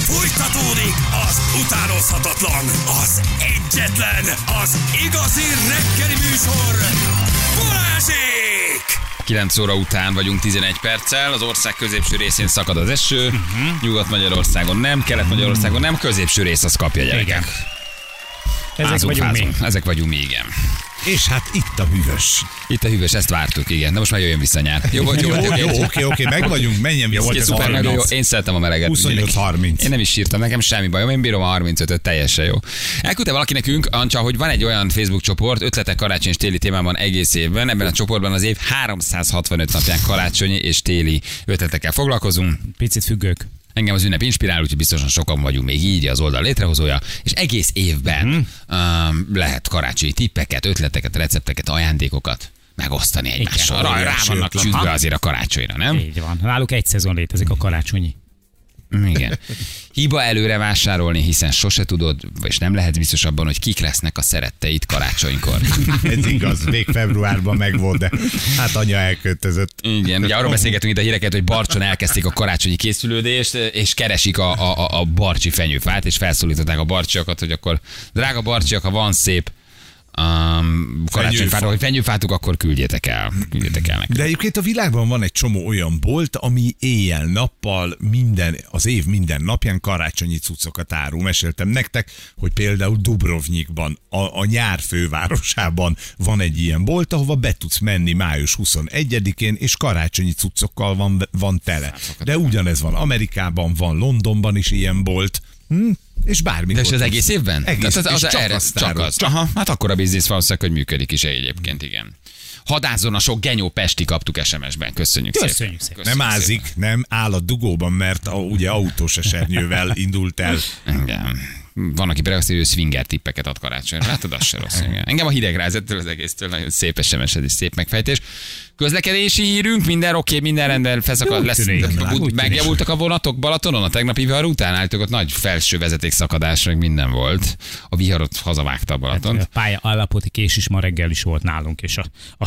Fújtatódik az utánozhatatlan, az egyetlen, az igazi reggeli műsor, Balázsék! 9 óra után vagyunk 11 perccel, az ország középső részén szakad az eső, Nyugat-Magyarországon nem, Kelet-Magyarországon nem, középső rész az kapja, gyerekek. Igen. Ezek vagyunk mi, igen. És hát itt a hűvös. Itt a hűvös, ezt vártuk, igen. De most már jöjjön vissza nyár. Jó, Oké, meg vagyunk, menjen vissza. Jó, szuper, meg jó. Én szeretem a meleget. 28-30. Én nem is sírtam, nekem semmi bajom, én bírom a 35-öt, teljesen jó. Elküldte valaki nekünk, Ancsa, hogy van egy olyan Facebook csoport, ötletek karácsony és téli témában egész évben. Ebben a csoportban az év 365 napján karácsonyi és téli ötletekkel foglalkozunk. Picit függők. Engem az ünnep inspirál, úgyhogy biztosan sokan vagyunk még így az oldal létrehozója, és egész évben lehet karácsonyi tippeket, ötleteket, recepteket, ajándékokat megosztani egymással. Rá vannak csüggve azért a karácsonyra, nem? Így van. Náluk egy szezon létezik a karácsonyi. Igen. Hiba előre vásárolni, hiszen sose tudod, és nem lehetsz biztos abban, hogy kik lesznek a szeretteid karácsonykor. Ez igaz, még februárban megvolt, de hát anya elköltözött. Igen, ugye arról beszélgetünk itt a híreket, hogy Barcson elkezdték a karácsonyi készülődést, és keresik a barcsi fenyőfát, és felszólították a barcsiakat, hogy akkor drága barcsiak, ha van szép karácsonyfátok, hogy fenyőfátuk, akkor küldjétek el nekem. De egyébként a világban van egy csomó olyan bolt, ami éjjel-nappal az év minden napján karácsonyi cuccokat árul. Meséltem nektek, hogy például Dubrovnikban, a nyár fővárosában van egy ilyen bolt, ahova be tudsz menni május 21-én, és karácsonyi cuccokkal van tele. De ugyanez van Amerikában, van Londonban is ilyen bolt. És bármikor. De és az egész évben? Egész, csak az. Aha, hát akkor a biznisz valószínűleg, hogy működik is egyébként, igen. Hadázzon a sok genyó Pesti, kaptuk SMS-ben. Köszönjük szépen. Nem ázik, nem áll a dugóban, mert ugye autós esernyővel indult el. Igen. Van, aki például hogy swinger tippeket ad karácsonyra. Látod, az se rossz. Igen. Engem a hideg rázettől az egésztől nagyon szép SMS-ed és szép megfejtés. Közlekedési hírünk, minden oké, minden rendben felszakad lesz. Megjavultak a vonatok Balatonon a tegnapi vihar után? Állítok, ott nagy felső vezeték szakadás, meg minden volt. A viharot hazavágta a Balaton. Hát, a pálya állapoti késés ma reggel is volt nálunk, és a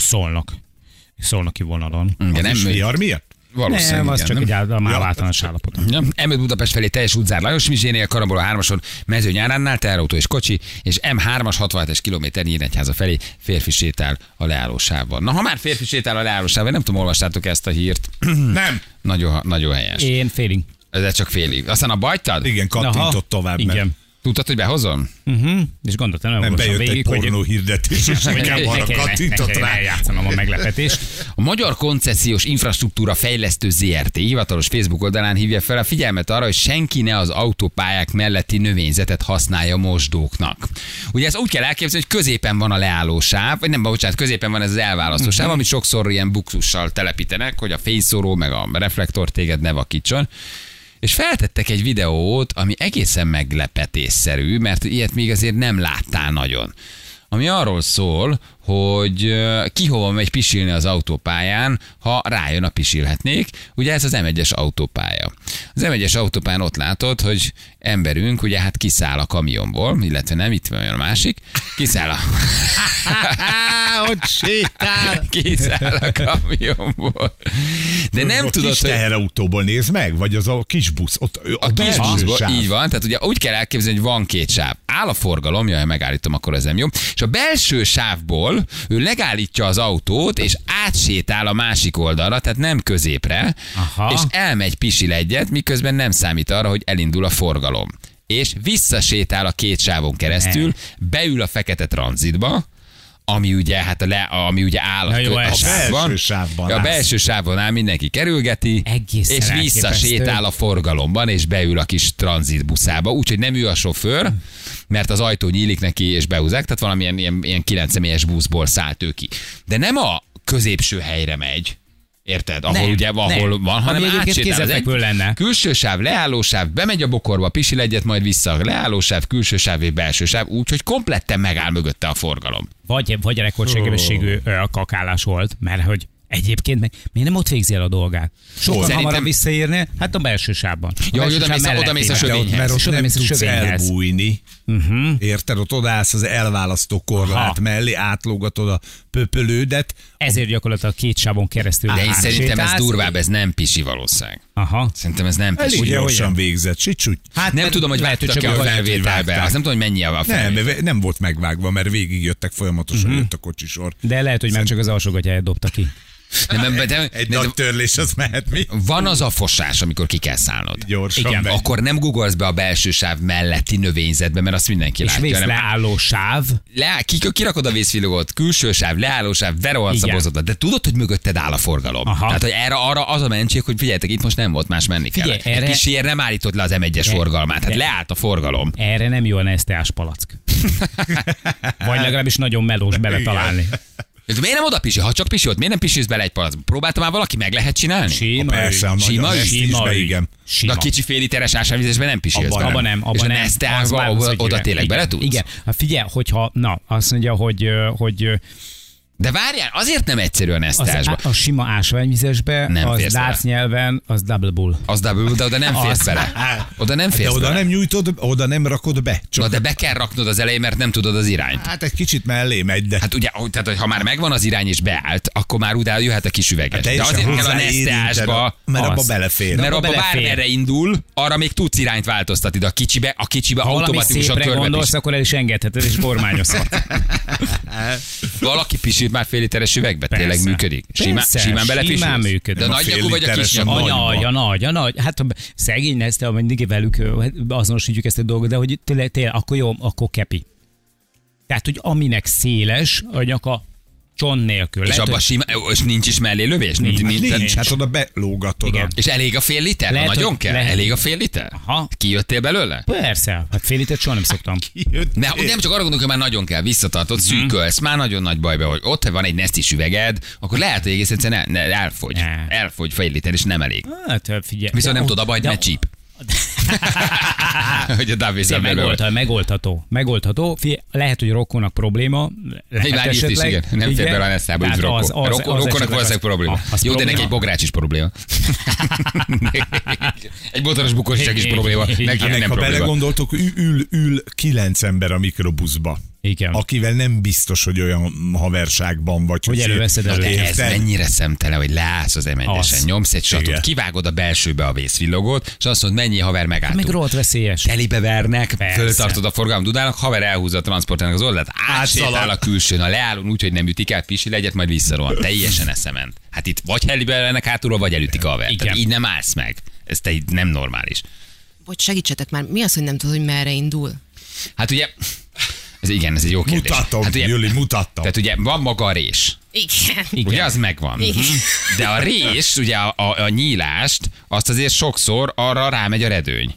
szolnoki vonalon. Igen, nem vihar miatt? Nem, az csak egy általános állapot. Ja. M5 Budapest felé teljes útzár Lajos Mizsénél, Karambola 3-ason Mező Nyáránál, teherautó és kocsi, és M3-as 67-es kilométer Nyíregyháza felé férfi sétál a leállósávban. Na, ha már férfi sétál a leállósávban, nem tudom, olvastátok ezt a hírt? Nem. Nagyon helyes. Én félig. Ez csak félig. Aztán a bajtad? Igen, kattintott tovább. Igen. Tudtad, hogy behozom? És gondoltam, nem bejött végig, egy pornó hirdetés, és nekem arra kattintott rá. Eljátszanom a meglepetést. A Magyar Koncesziós Infrastruktúra Fejlesztő ZRT hivatalos Facebook oldalán hívja fel a figyelmet arra, hogy senki ne az autópályák melletti növényzetet használja mosdóknak. Ugye ez úgy kell elképzelni, hogy középen van a leállósáv, vagy nem, bocsánat, középen van ez az elválasztósáv, amit sokszor ilyen buktussal telepítenek, hogy a fényszóró meg a reflektor téged ne vakítson. És feltettek egy videót, ami egészen meglepetésszerű, mert ilyet még azért nem láttál nagyon. Ami arról szól, hogy ki hova megy pisilni az autópályán, ha rájön a pisilhetnék. Ugye ez az M1-es autópálya. Az M1-es autópályán ott látod, hogy emberünk ugye hát kiszáll a kamionból, illetve nem, itt van a másik, kiszáll a... Ott sétál. Kiszáll a kamionból. De nem tudod, kis teherautóból nézd meg, vagy az a kis busz. Ott a kis buszból, így van, tehát ugye úgy kell elképzelni, hogy van két sáv. Áll a forgalom, jaj, megállítom, akkor ez nem jó. És a belső sávból ő legállítja az autót, és átsétál a másik oldalra, tehát nem középre, és elmegy pisil egyet, miközben nem számít arra, hogy elindul a forgalom. És visszasétál a két sávon keresztül, beül a fekete tranzitba, ami ugye, hát ami ugye áll a belső sávban áll, mindenki kerülgeti, egészen és visszasétál a forgalomban, és beül a kis tranzitbuszába, úgyhogy nem ő a sofőr, mert az ajtó nyílik neki, és behúzzák, tehát valamilyen ilyen 9 személyes buszból szállt ő ki. De nem a középső helyre megy, érted? Ahol ugye ahol van, hanem átsétál az egy külső sáv, leállósáv, bemegy a bokorba, pisil egyet, majd vissza a leállósáv, külső sáv és belső sáv, úgyhogy kompletten megáll mögötte a forgalom. Vagy rekordsebességű kakálás volt, mert hogy egyébként meg miért nem ott végzi el a dolgát? Sokkal hamarabb visszaérni, hát a belső sávban. Ja, hogy oda mész a sövényhez. Mert ott nem tudsz elbújni. Érted? Ott odaállsz az elválasztó korlát mellé, átlógatod a pöpölődet. Ezért gyakorlatilag két sávon keresztül. De én szerintem ez durvább, ez nem pisi valószínűleg. Aha. Szerintem ez nem Elég pisi. gyorsan végzett. Sicsúgy. Hát Nem tudom, hogy vágtak-e a felvételbe. Azt nem tudom, hogy mennyi a felvétel. Nem volt megvágva, mert végig jöttek folyamatosan, jött a kocsisor. De lehet, hogy már csak az alsógatyáját dobta ki. Egy nagy törlés, az mehet mi? Van az a fosás, amikor ki kell szállnod. Gyorsan Igen, megy. Akkor nem googolsz be a belső sáv melletti növényzetbe, mert azt mindenki És látja. vész hanem leálló sáv. kirakod a vészvilogot, külső sáv, leálló sáv, berohansz a Igen. bozodat, de tudod, hogy mögötted áll a forgalom. Aha. Tehát, hogy arra az a mentség, hogy figyeljetek, itt most nem volt más, menni kell. Figyelj, erre- Egy kis ilyen nem állítod le az M1-es forgalmát, tehát leállt a forgalom. Erre nem jó a NSZT-ás palack. Vagy legalábbis nagyon melós beletalálni. De miért nem oda pisi? Ha csak pisi ott, miért nem pisilsz bele egy palacba? Próbálta már valaki, meg lehet csinálni? Sima Persze, a Sima nagy ügy? Sima igen. De Sima. a kicsi fél literes ásványvizesben nem pisilsz bele. Abban nem, És abban a nem. Neste Az már ágba az, hogy oda igen. tényleg bele tudsz? Igen. Hát figyelj, hogyha, azt mondja, hogy De várjál, azért nem egyszerű a Neste ásba. a sima ásványvizesbe, Nem az férsz dárc nyelven, az double bull. Az double, de oda nem férsz bele. Oda nem De férsz oda bele. nem nyújtod, oda nem rakod be. Na, de be kell raknod az elején, mert nem tudod az irányt. Hát egy kicsit mellé megy, de Hát ugye, tehát, hogy ha már megvan az irány és beállt, akkor már utána jöhet a kis üveges. De azért kell a Neste ásba, mert abba az. belefér. mert abba belefér. bármerre indul, arra még tudsz irányt változtatni, de a kicsibe Ha valami automatikusan szépre körbe gondolsz, pisil. akkor el is engedheted, és kormányozhat. Valaki pisít már fél literes üvegbe? Persze. Tényleg működik? Persze, Simán belepisilsz? simán működik. De Nem a nagy fél nyakú vagy a literes, kis a nyakú? nagy. A nagy. Hát szegény Neste, mindig velük azonosítjuk ezt a dolgot, de hogy tényleg, akkor jó, akkor kepi. Tehát, hogy aminek széles a nyaka csont nélkül. És Lehet, abban hogy- sima, és nincs is mellé lövés? nincs, hát oda belógatod. Igen. És elég a fél liter? Lehet, Nagyon hogy kell? lehet. Elég a fél liter? Aha. Kijöttél belőle? Persze, hát fél litert soha nem szoktam. Nem csak arra gondolok, hogy már nagyon kell, visszatartod, szűkölsz, már nagyon nagy bajba, hogy ott van egy Nestis üveged, akkor lehet, hogy egész egyszerűen elfogy. Ne. Elfogy fél liter, és nem elég. Hát figyelj. Viszont nem de- tudod, abba, hogy de- ne csíp. Hogy a Davis Szép, megoldható. Figyelj, lehet, hogy Rokkonak probléma. Lehet Már írt is, igen. Nem fér bele a Nestába, hogy Rokkonak valószínűleg probléma. Jó, de neki egy bogrács is probléma. Egy motoros bukósiság is probléma. Neki Hát nem ha probléma. belegondoltok, ül 9 ember a mikrobuszba. Igen. Akivel nem biztos, hogy olyan haverságban vagy. Hogy előveszed De előtt. ez Érted? mennyire szemtelen, hogy leállsz az M1-esen, Az. nyomsz egy satot, Igen. kivágod a belsőbe a vészvillogót, és azt mondod, mennyi haver Meg megálltunk. rohadt veszélyes. Telibe vernek, Persze. föltartod a forgalom dudának, haver elhúzza a transporternek az oldalát, átsétál a külsőn, a leállón úgy, hogy nem ütik át, pisil egyet, majd visszarohan. Teljesen eszement. Hát itt vagy helibe vernek hátulról, vagy elütik a haver. Igen. Tehát így nem állsz meg. Ez te így nem normális. Bocs, segítsetek már, mi az, hogy nem tudod, hogy merre indul? Hát ugye, ez egy jó kérdés. Mutatom, hát ugye, Jüli, mutattam. tehát ugye van maga a rés. Igen. Ugye az megvan. Igen. De a rés, ugye a nyílást, azt azért sokszor arra rámegy a redőny.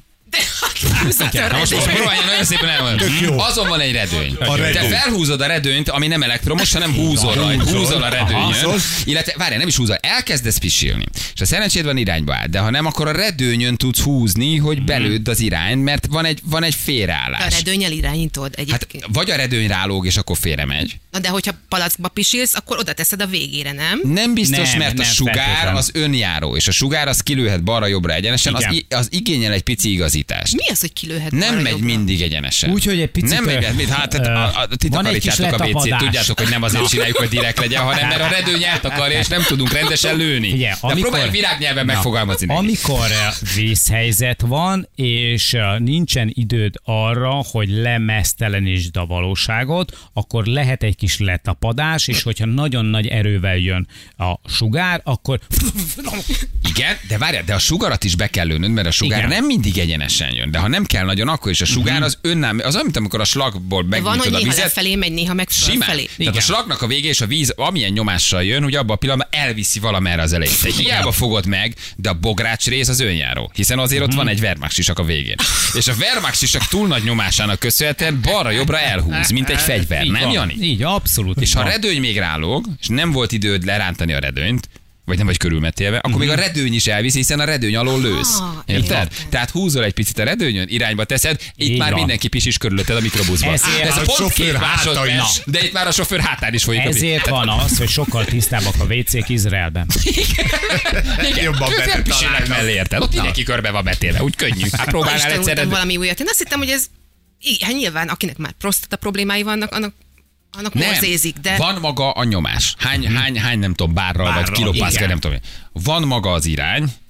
Na most próbálja nagyon szépen elmondani. jó. Azon van egy redőny. A redőny. Te felhúzod a redőnyt, ami nem elektromos, hanem húzol a redőnyön. Húzol. Illetve, várjál, nem is húzol, elkezdesz pisilni. És a szerencséd van irányba áll, de ha nem, akkor a redőnyön tudsz húzni, hogy belőd az irányt, mert van egy A félreállás. redőnnyel irányítod Hát egyébként. vagy a redőny rálóg, és akkor félre megy. Na de hogyha palackba pisilsz, akkor oda teszed a végére, nem? Nem biztos, Nem, mert a nem sugár feltétlen. az önjáró, és a sugár az kilőhet balra-jobbra egyenesen, Igen. az igényel egy pici igazítást. Mi az, hogy kilőhet Nem balra megy jobbra? mindig egyenesen. Úgyhogy egy picit, Nem megy, mint hát ti van egy kis takarítjátok a WC-t, letapadás. tudjátok, hogy nem azért csináljuk, hogy direkt legyen, hanem mert a redőny eltakarja, és nem tudunk rendesen lőni. Figyelj, De próbáljuk virágnyelven megfogalmazni neki. Amikor vészhelyzet van, és nincsen időd arra, hogy lemeztelenítsd a valóságot, akkor lehet egy kis letapadás, és hogyha nagyon nagy erővel jön a sugár, akkor Igen, de várjál, de a sugarat is be kell lőnöd, mert a sugár Igen. nem mindig egyenesen jön. De ha nem kell nagyon, akkor is a sugár az önnám, az olyan, mint amikor a slagból De van, hogy megnyitod a néha vizet. lefelé megy, néha meg Simán. fölfelé. Tehát Igen. a slagnak a vége és a víz amilyen nyomással jön, hogy abban a pillanatban elviszi valamerre az elejét. Te hiába fogod meg, de a bogrács rész az önjáró. Hiszen azért ott van egy Wehrmacht sisak a végén. És a Wehrmacht sisak túl nagy nyomásának köszönhetően balra-jobbra elhúz, mint egy fegyver. így Nem, van. Jani? Így, abszolút. És ha a van. redőny még rálóg, és nem volt időd lerántani a redőnyt, vagy nem vagy körülmetélve, akkor még a redőny is elviszi, hiszen a redőny alól lősz. Érted? értem. Tehát húzol egy picit a redőnyön, irányba teszed, itt Így már van. mindenki pisis körülötted a mikrobuszban. Ezért Ez a pont sofőr 2 másodperc, hátain. de itt már a sofőr hátán is folyik. Ezért van az, hogy sokkal tisztábbak a WC-k Izraelben. Igen, Jobban ők nem betalálnak. pisilnek mellé, érted? Ott mindenki körbe van betélve, úgy könnyű. Hát Ma is próbálnál tanultam egyszer. valami újat. Én azt hittem, hogy ez igen, hát nyilván, akinek már prostata problémái vannak, annak Nem, morzézik, de van maga a nyomás. Hány nem tudom, bárral vagy Bárral, kilopászkal, igen. nem tudom. Van maga az irány,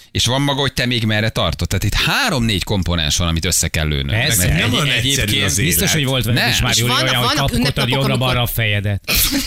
És van maga, hogy te még merre tartod. Tehát itt 3-4 komponens van, amit össze kell lőnöd. Persze. Meg Nem olyan egyébként egyszerű az élet. Biztos, hogy volt veled Nem. is már És Júli, olyan, hogy vannak kapkodtad ünnepnapok, jobbra-balra a amikor- fejedet.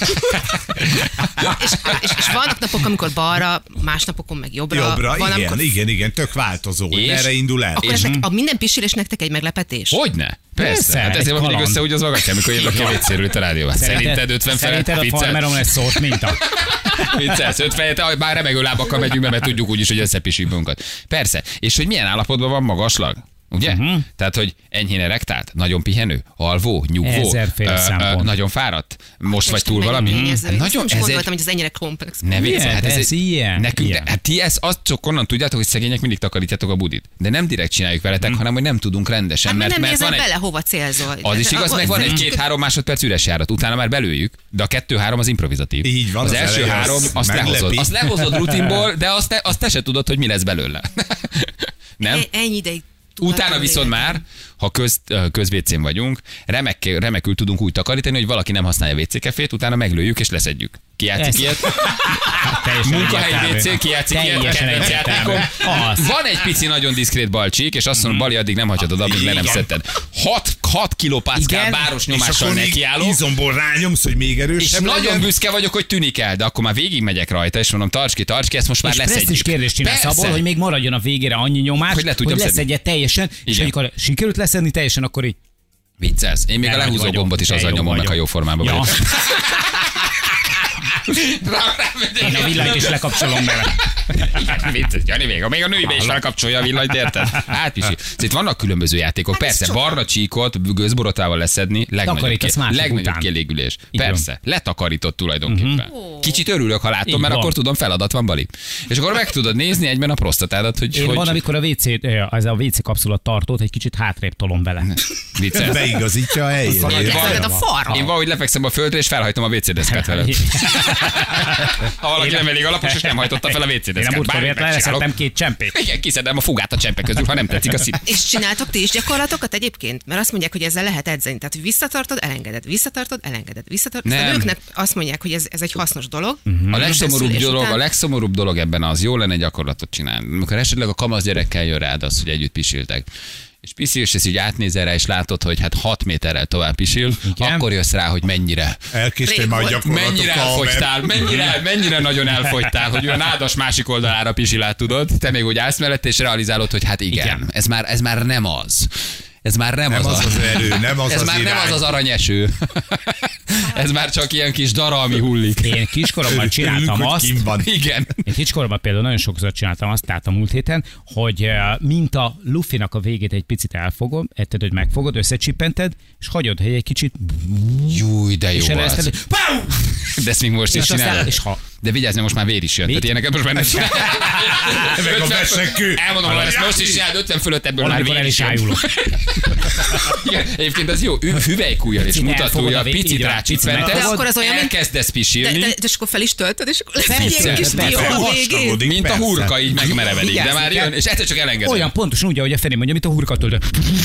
És vannak napok, amikor balra, más napokon meg jobbra. Jobbra, van, igen, amikor... igen, tök változó, hogy És- merre indul el. Akkor a minden pisilés nektek egy meglepetés. Hogyne? Persze. Persze, Hát egy ezért van mindig kaland. összehúgyozva a gatyám, amikor jövök a WC-ről itt a rádióban. Szerinted 50 felett? Szerinted a Viccelsz? farmeron lesz szót minta? Viccelsz, 50 felett, bár remegő lábakkal megyünk be, mert tudjuk úgyis, hogy összepisítjük magunkat. Persze. És hogy milyen állapotban van magaslag? Ugye? Tehát, hogy enyhén erektált, nagyon pihenő, alvó, nyugvó, Ezerféle szempont. nagyon fáradt, most vagy túl Isten valami. megnéző. Hát Nagyon, nagyon, nem is gondoltam, hogy ez ennyire komplex. ne vicc, Milyen? hát Ez ilyen? Nekünk, Ilyen. hát ti ezt azt csak onnan tudjátok, hogy szegények mindig takarítjátok a budit. De nem direkt csináljuk veletek, hanem hogy nem tudunk rendesen. Hát mert nem nézel van egy, bele, hova célzol. az is igaz, meg van egy 2-3 másodperc üres járat, utána már belőjük, de a 2-3 az improvizatív. Így van, az az első eleje 3 az azt meglepi. lehozod. Azt lehozod rutinból, de azt te se tudod, hogy mi lesz belőle. Nem? Ennyi ideig. Utána viszont már, ha közvécén vagyunk, remekül tudunk úgy takarítani, hogy valaki nem használja WC-kefét, utána meglőjük és leszedjük. Ki játszik Ez- ilyet? Teljesen Munkahelyi egyértelmű. WC, ki játszik ilyet? Teljesen Kedvenc egyértelmű. játékom. Az. Van egy pici, nagyon diszkrét balcsík, és azt mondom, Bali, addig nem hagyhatod, amíg le nem Igen. szedted. 6 kilopászkál Igen. báros És nyomással akkor még nekiállok. izomból rányomsz, hogy még És erősebb nagyon legyen. büszke vagyok, hogy tűnik el, de akkor már végig megyek rajta, és mondom, tarts ki, ezt most már És leszedjük. presztízs kérdést csinálsz Persze. abból, hogy még maradjon a végére annyi nyomás, Hogy le tudjam szedni. leszedje teljesen, és Igen. amikor sikerült leszedni teljesen, akkor így Viccelsz. Én még de a nagy lehúzó vagyok, gombot is de azzal jó nyomom meg, vagyok. ha jó formában Ja. vagyok. Én a villanyt is lekapcsolom bele. Igen, vicces, Jani, még a nőibe is felkapcsolja a villanyt, érted? Hát is. Itt vannak különböző játékok. Hát ez Persze, sokan. barna csíkot gőzborotával leszedni, Takarítasz mások legnagyobb után. kielégülés. Így van. Persze, letakarított tulajdonképpen. Kicsit örülök, ha látom, Így mert van. akkor tudom, feladat van, Bali. És akkor meg tudod nézni egyben a prostatádat, hogy... Én hogy van, amikor a WC kapszula tartót egy kicsit hátrébb tolom vele. vicces. Beigazítja a helyére. Leszeded a farra. Én valahogy lefekszem a földre, és felhajtom a WC deszkát vele. Ha valaki nem elég alapos, és nem hajtotta fel a WC Én a deszkát. múltkor Bármit leszettem megcsinálok. 2 csempét. Igen, kiszedem a fugát a csempek közül, ha nem tetszik a szín. És csináltok ti is gyakorlatokat egyébként? Mert azt mondják, hogy ezzel lehet edzeni. Tehát, hogy visszatartod, elengeded, visszatartod. Nem. A nőknek azt mondják, hogy ez egy hasznos dolog. A legszomorúbb Szülés dolog, után. a legszomorúbb dolog ebben az, jó lenne gyakorlatot csinálni. Amikor esetleg a kamasz gyerekkel jön rád az, hogy együtt pisiltek. És pisil, és így átnézel rá, és látod, hogy hát 6 méterrel tovább pisil, Igen. akkor jössz rá, hogy mennyire Elkéstél már a mennyire gyakorlatokkal, elfogytál, mennyire nagyon elfogytál, hogy olyan ádas másik oldalára pisilát tudod, te még úgy állsz mellett, és realizálod, hogy hát igen. Ez már nem az. Ez már nem Nem az az erő, nem az ez az már nem irány. az az aranyeső. Ez már csak ilyen kis dara, ami hullik. Én kiskoromban csináltam Örülünk, hogy azt, kint van. Igen. én kiskoromban például nagyon sokszor csináltam azt, tehát a múlt héten, hogy mint a lufinak a végét egy picit elfogom, etted, hogy megfogod, összecsippented, és hagyod, hogy egy kicsit Júj, de jó és az. elezted, pau! De ezt még most is És aztán- csinálod? és ha- De vigyázz, mert most már vér is jön. Tehát ilyeneket most már nem csinál. Meg a vesekő. Elmondom, hogy ezt most is csinálod, 50 fölött ebből már Valamikor vér el is is jön. ájulok. Igen, egyébként az jó, hüvelykújjal és Picit mutatója, elfogod a vég- picit így van, rácsippentesz, picit De akkor az olyan, mint- elkezdesz De, pisilni, és akkor fel is töltöd, és akkor lesz Persze, egy ilyen kis persze. dió a végén. Vastagodik, mint a persze. hurka, így megmerevedik, de Vigyázz, már kell. jön, és egyszer csak elengeded. Olyan pontosan úgy, ahogy a Feri mondja, mint a hurkatöltő.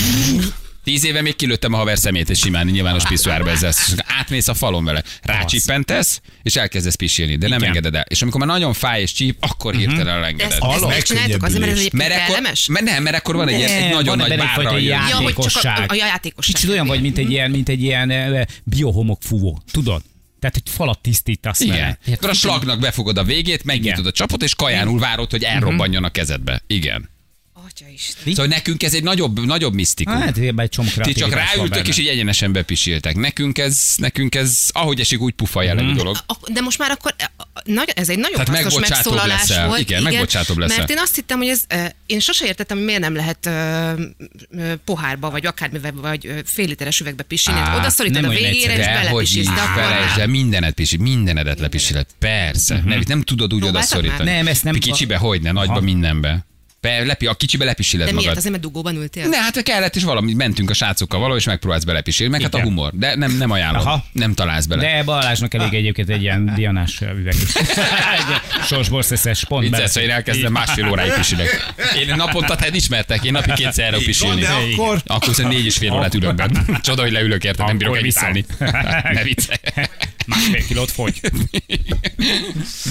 10 éve még kilőttem a haver szemét, és simán nyilvános piszuárba ezzel. Átmész a falon vele. Rácsippentesz, és elkezdesz pisilni, de nem Igen. engeded el. És amikor már nagyon fáj és csíp, akkor hirtelen De elengeded. ezt megcsináltok azért, mert ez egyébként Mert akkor, kellemes? mert akkor van egy, ilyen, egy nagyon nagy bárra jön. Ja, hogy csak játékosság. a játékosság. Kicsit olyan vagy, mint egy ilyen biohomok fúvó. Tudod? Tehát, hogy falat tisztítasz Igen. vele. Akkor a slagnak befogod a végét, megnyitod Igen. a csapot, és kajánul várod, hogy elrobbanjon a kezedbe. Igen. Atya Isten. Szóval nekünk ez egy nagyobb misztikum. Hát, egy csomó Ti csak kreativitás van ráültök, benne. és így egyenesen bepisiltek. Nekünk ez, ahogy esik, úgy pufa jellegű dolog. De most már akkor ez egy nagyon Tehát hasznos megbocsátóbb megszólalás leszel. volt. Igen, megbocsátóbb leszel. Mert én azt hittem, hogy én sose értettem, hogy miért nem lehet pohárba, vagy akármivel, vagy fél literes üvegbe pisilni. Á, Oda szorítod nem a olyan végére, és egyszerű. belepisilsz. De akkor de mindenedet lepisiled. Persze. Nem tudod úgy oda Próbáltad szorítani. már? Nem, ezt nem- Kicsibe, hogyne, nagyba, mindenbe. A kicsibe lepisiled de miért? magad. Azért, mert dugóban ültél? Ne, hát kellett, és valami, mentünk a srácokkal valahol, és megpróbálsz belepisilni. Meg hát a Igen. humor. De nem ajánlom. Aha. Nem találsz bele. De Balázsnak elég egyébként egy ilyen dianás üveg. Egy sorsborszeszes pont bele. Vicces, hogy én elkezdem másfél óráig pisilek. Én naponta, tehát ismertek, én napi 2 erre Így van, pisilni. de akkor- Akkor szerintem 4,5 órát ülök benne. Csoda, hogy leülök érte, nem bírok Akkor együtt állni. viszont. Ne viccelj. Másfél kilót fogy.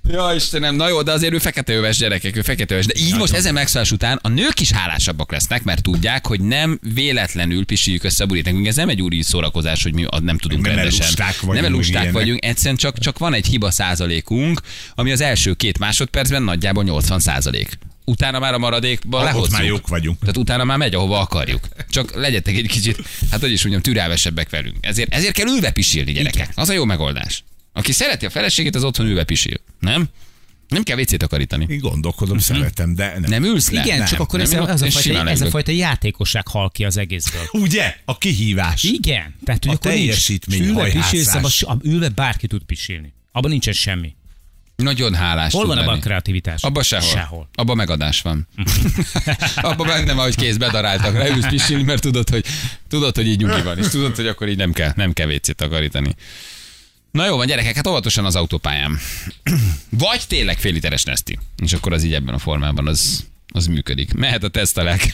Ja, Istenem, na jó, de azért ő feketeöves gyerekek, ő feketeöves. De így most ezen megszállás után a nők is hálásabbak lesznek, mert tudják, hogy nem véletlenül pisiljük össze a bulit. Nekünk ez nem egy úri szórakozás, hogy mi nem tudunk rendesen. Nem lusták vagyunk, egyszerűen csak van egy hiba százalékunk, ami az első 2 másodpercben nagyjából 80%. Utána már a maradékban lehozzuk. Ott már jók vagyunk. Tehát utána már megy, ahova akarjuk. Csak legyetek egy kicsit, hát hogy is mondjam, türelmesebbek velünk. Ezért kell ülve pisilni, gyerekek. Az a jó megoldás. Aki szereti a feleségét, az otthon ülve pisil. Nem? Nem kell WC-t takarítani. Én gondolkodom, szeretem, de nem. Nem ülsz le? Igen, Nem. csak akkor Nem, ez a fajta játékosság hal ki az egészből. Ugye? A kihívás. Igen. Tehát, hogy A akkor nincs. teljesítmény, Ülve hajhászás. pisilsz, ülve bárki tud pisilni. Abban nincsen semmi. Nagyon hálás. Hol tud van abban a lenni. kreativitás? Abban sehol. Abban megadás van. Abban meg nem, ahogy kész bedaráltak. Leülsz pisilni, mert tudod, hogy így nyugi van. És tudod, hogy akkor így nem kell WC-t takarítani. Na jó van, gyerekek, hát óvatosan az autópályán. Vagy tényleg fél literes Neszti. És akkor az így ebben a formában az működik. Mehet a tesztelek.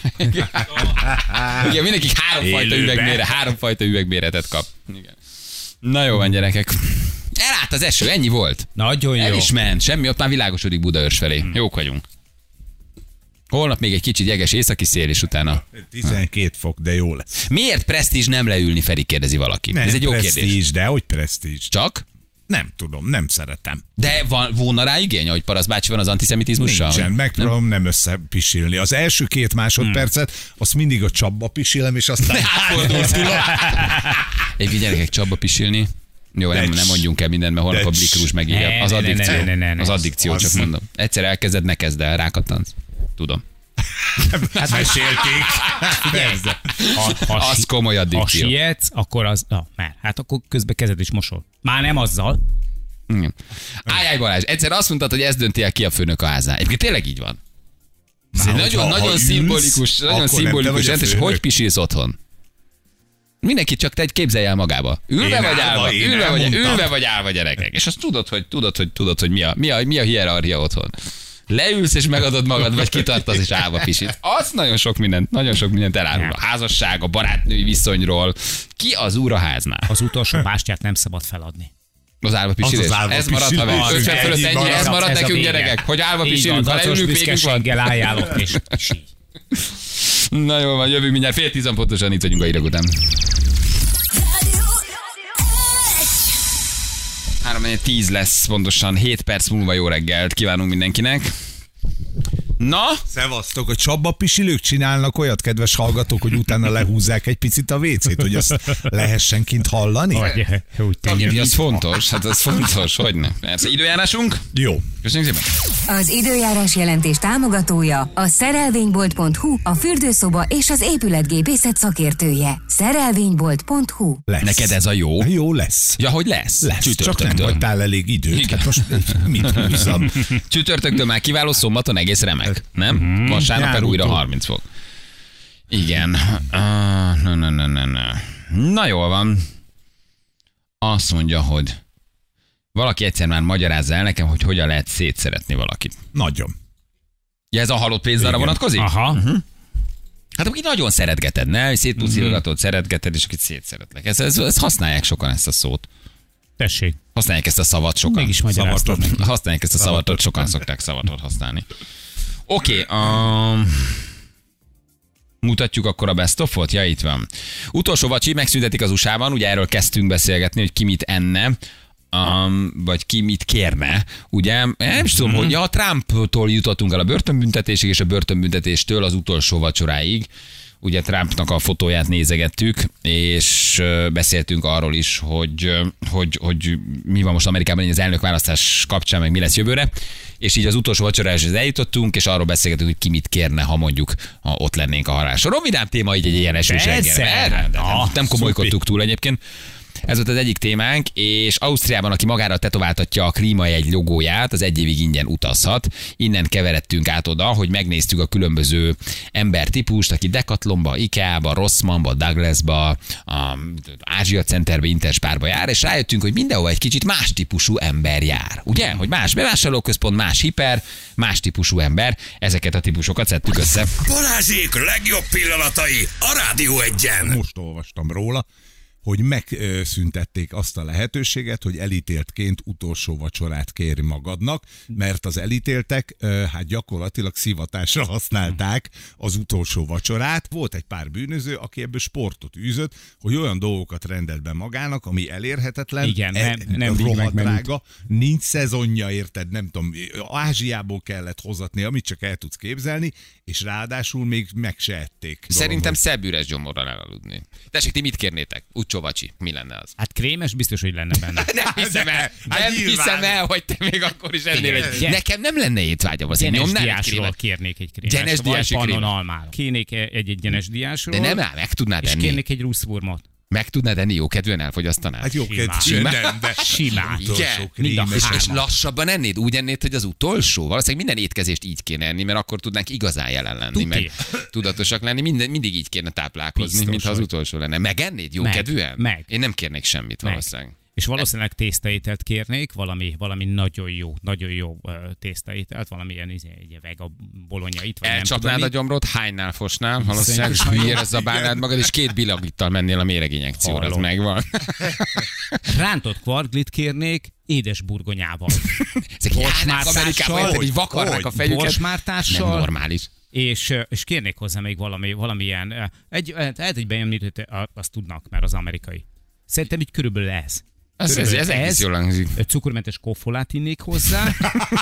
Igen, mindenki háromfajta üvegméretet kap. Igen. Na jó van, gyerekek. Elállt az eső, ennyi volt. Nagyon jó. El is ment, semmi, ott már világosodik Budaörs felé. Jók vagyunk. Holnap még egy kicsit jeges északi szél, és utána... 12 fok, de jó lesz. Miért presztízs nem leülni, Feri, kérdezi valaki. Nem, ez egy jó presztízs, kérdés. de hogy presztízs? Csak? Nem tudom, nem szeretem. De volna rá igény, hogy Parasz bácsi van az antiszemitizmussal? Nincsen, megpróbálom nem összepisilni. Az első 2 másodpercet, azt mindig a csapba pisilem, és aztán átfordulsz. Egy gyerekek, csapba pisilni. Jó, nem mondjunk el mindent, mert holnap a Blikrus megírja. Az addikció. Az addikció, csak mondom. Egyszer elkezded, ne kezd el, rákattansz. Tudom. Hát mesélték. Persze. Az komoly Ha addikció. sietsz, akkor az... már. Hát akkor közben kezed is mosol. Már nem azzal. Ájjáj Balázs, egyszer azt mondtad, hogy ez dönti el ki a főnök a háznál. Egyébként tényleg így van. Ez egy nagyon szimbolikus, rendes, hogy pisilsz otthon. Mindenki csak te egy képzelj el magába. Ülve vagy állva, gyerekek. És azt tudod, hogy mi a hierarchia otthon. Leülsz és megadod magad, vagy kitartasz és állva pisit. Az nagyon sok mindent elárul. A házasság, a barátnői viszonyról. Ki az úr a háznál? Az utolsó bástyát nem szabad feladni. Az állva pisilés. Ez marad, ha meg 50 fölött ennyi, ez marad nekünk, gyerekek, hogy állva pisilünk, ha leülünk, végünk van. Álljátok és így. Na jó van, jövünk mindjárt 9:10 pontosan, itt vagyunk a hírek után. 3:10 lesz pontosan, 7 perc múlva jó reggelt kívánunk mindenkinek. Na? Szevasztok, a csapba pisilők csinálnak olyat, kedves hallgatók, hogy utána lehúzzák egy picit a WC-t, hogy azt lehessen kint hallani? Az fontos, hát az fontos, hogy ne. Persze, időjárásunk? Jó. Köszönjük szépen. Az időjárás jelentés támogatója a szerelvénybolt.hu, a fürdőszoba és az épületgépészet szakértője. Szerelvénybolt.hu. Lesz. Neked ez a jó? Jó lesz. Ja, hogy lesz? Lesz, csak nem hagytál elég időt. Igen. Hát most mit húzzam? Csütörtöktől már kiváló, szombaton egész remek, nem? Vasárnap meg újra 30 fok. Igen. Na jól van. Azt mondja, hogy valaki egyszer már magyarázza el nekem, hogy hogyan lehet szétszeretni valakit. Nagyon. Ja, ez a halott pénzdára vonatkozik? Aha. Hát akkor így nagyon szeretgeted, ne? Szétpuszilgatod, szeretgeted, és akit szétszeretlek. Ezt használják sokan, ezt a szót. Tessék. Használják ezt a szavat sokan. Mégis magyaráztad meg. Használják ezt a szavatot, sokan szokták szavatot használni. Oké, mutatjuk akkor a best of-ot? Ja, itt van. Utolsó vacsi, megszüntetik az USA-ban, ugye erről kezdtünk beszélgetni, hogy ki mit enne, vagy ki mit kérne, ugye? Nem is tudom, hogy ja, Trumptól jutottunk el a börtönbüntetésig, és a börtönbüntetéstől az utolsó vacsoráig. Ugye Trumpnak a fotóját nézegettük, és beszéltünk arról is, hogy mi van most Amerikában az elnökválasztás kapcsán, meg mi lesz jövőre. És így az utolsó vacsorához eljutottunk, és arról beszélgetünk, hogy ki mit kérne, ha mondjuk ott lennénk a halálsoron. Vidám téma így egy ilyen esős reggel. Nem komolykodtuk túl egyébként. Ez volt az egyik témánk, és Ausztriában, aki magára tetováltatja a klímajegy logóját, az 1 évig ingyen utazhat. Innen keveredtünk át oda, hogy megnéztük a különböző embertípust, aki Decathlonba, Ikea-ba, Rossmannba, Douglasba, a Ázsia Centerbe, Interspárba jár, és rájöttünk, hogy mindenhol egy kicsit más típusú ember jár. Ugye? Hogy más bevásárlóközpont, más hiper, más típusú ember. Ezeket a típusokat szedtük össze. Balázsék legjobb pillanatai a Rádió Egyen. Most olvastam róla, hogy megszüntették azt a lehetőséget, hogy elítéltként utolsó vacsorát kérj magadnak, mert az elítéltek hát gyakorlatilag szivatásra használták az utolsó vacsorát. Volt egy pár bűnöző, aki ebből sportot űzött, hogy olyan dolgokat rendelt be magának, ami elérhetetlen, igen, nem rohadt drága, nincs szezonja, érted, nem tudom, Ázsiából kellett hozatni, amit csak el tudsz képzelni, és ráadásul még meg se ették. Szerintem szebb üres gyomorral elaludni. Tessék, ti mit kérnétek? Ucsovacsi, mi lenne az? Hát krémes biztos, hogy lenne benne. Nem hiszem el, Hát hiszem el, hogy te még akkor is ennél egy... Igen. Nekem nem lenne étvágyam, az én Gyenes nyomnál egy diásról krémet. kérnék egy krémes. Gyenes diási vagy krémet. pannon almáról. Kérnék egy gyenes diásról. De nem áll, meg tudnád És enni. kérnék egy ruszfurmot. Meg tudnád enni, jó kedvűen elfogyasztanál? Hát jó, Simán. nem, de Simán. utolsó Mind a krémes. És három. lassabban ennéd? Úgy ennéd, hogy az utolsó? Valószínűleg minden étkezést így kéne enni, mert akkor tudnánk igazán jelen lenni, Tuti. meg tudatosak lenni. Mindig így kéne táplálkozni, Biztos, mintha az hogy. utolsó lenne. Megennéd jó Meg. kedvűen? Meg. Én nem kérnék semmit valószínűleg. És valószínűleg tésztaételt kérnék, valami nagyon jó tésztaételt, valamilyen egy vega bolonyait, vagy nem Elcsapnád a tudom gyomrot, hánynál fosnál, valószínűleg Szerintem- hülyére zabálnád magad, és 2 bilagittal mennél a méreginjekcióra, az Hallom. megvan. Rántott kvarglit kérnék édes burgonyával. Ezek járnák Amerikában, érted, így vakarnák a fejüket. Nem Borsmártással, normális. és kérnék hozzá még valamilyen, egy beemlítőt, azt tudnak, mert az amerikai. Szerintem így körülbelül ez. Ez egész jól hangzik. Cukormentes koffolát innék hozzá.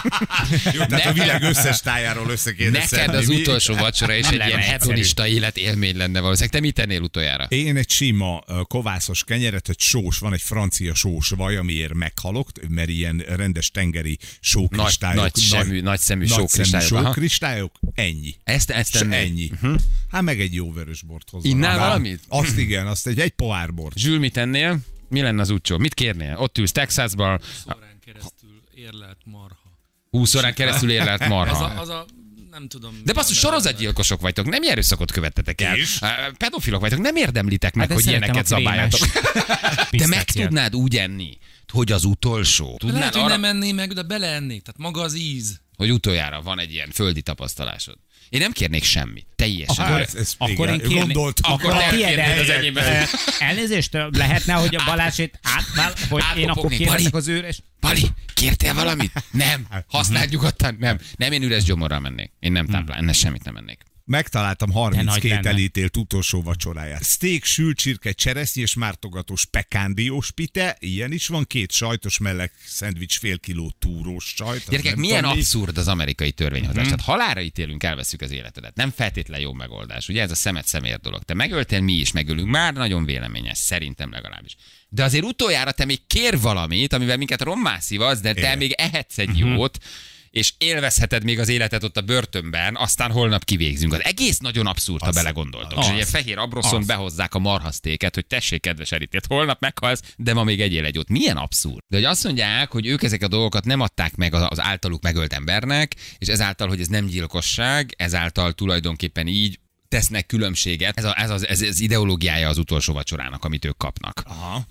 Jó, tehát a világ összes tájáról össze kéne Neked szedni, az mi? utolsó vacsora és Nem egy lenne ilyen egyszerű. hedonista élet élmény lenne valószínűleg. Te mit tennél utoljára? Én egy sima kovászos kenyeret, egy sós, van egy francia sós vaj, amiért meghalok, mert ilyen rendes tengeri sókristályok. Nagy szemű sókristályok. Aha. sókristályok, ennyi. Ezt És tennéd? ennyi. Hát meg egy jó vörös bort hozzá. Innál valamit? Azt igen, azt egy pohár bort. Zsül, mit tennél? Mi lenne az útcsó? Mit kérnél? Ott ülsz Texasban, 20 órán keresztül érlelt marha. 20 órán keresztül érlelt marha. Az a nem tudom. De basszus, sorozatgyilkosok vagytok, nem ilyen erőszakot követtetek el. És? Pedofilok vagytok, nem érdemlitek meg, Hát hogy de ilyeneket szeretem a zabáljatok. krémes De meg pisztáciát. tudnád úgy enni, hogy az utolsó. Tudnád Lehet, hogy arra, nem ennék meg, de beleennék. Tehát maga az íz. hogy utoljára van egy ilyen földi tapasztalásod. Én nem kérnék semmit. Teljesen. Akkor- Akkor én én kérnék- gondoltam. Akkor te kérnéd az enyémben. Elnézést, lehetne, hogy a Balázsét hogy én akkor Átpopogni. kérlek Bali. az őres? Pali, kértél valamit? Nem. Használd nyugodtan? Nem. Nem, én üres gyomorral mennék. Én nem ennek semmit nem mennék. Megtaláltam De nagy 32 lenne. elítélt utolsó vacsoráját. Steak, sült csirke, cseresznyi és mártogatós pekándiós pite, ilyen is van, 2 sajtos meleg szendvics, fél kiló túrós sajt. az Gyerekek, nem milyen tudom mi. abszurd az amerikai törvényhozás. Tehát halálra ítélünk, elveszük az életedet. Nem feltétlen jó megoldás. Ugye ez a szemet szemért dolog. Te megöltél, mi is megölünk. Már nagyon véleményes, szerintem legalábbis. De azért utoljára te még kér valamit, amivel minket rommá szívasz, de te Igen. még ehetsz egy jót, és élvezheted még az életet ott a börtönben, aztán holnap kivégzünk. Az egész nagyon abszurd, ha belegondoltok. És az. egy ilyen fehér abroszon behozzák a marhasztéket, hogy tessék, kedves elítélt, holnap meghalsz, de ma még egyél egy jót. Milyen abszurd? De hogy azt mondják, hogy ők ezek a dolgokat nem adták meg az általuk megölt embernek, és ezáltal, hogy ez nem gyilkosság, ezáltal tulajdonképpen így tesznek különbséget. Ez az ideológiája az utolsó vacsorának, amit ők kapnak. Aha.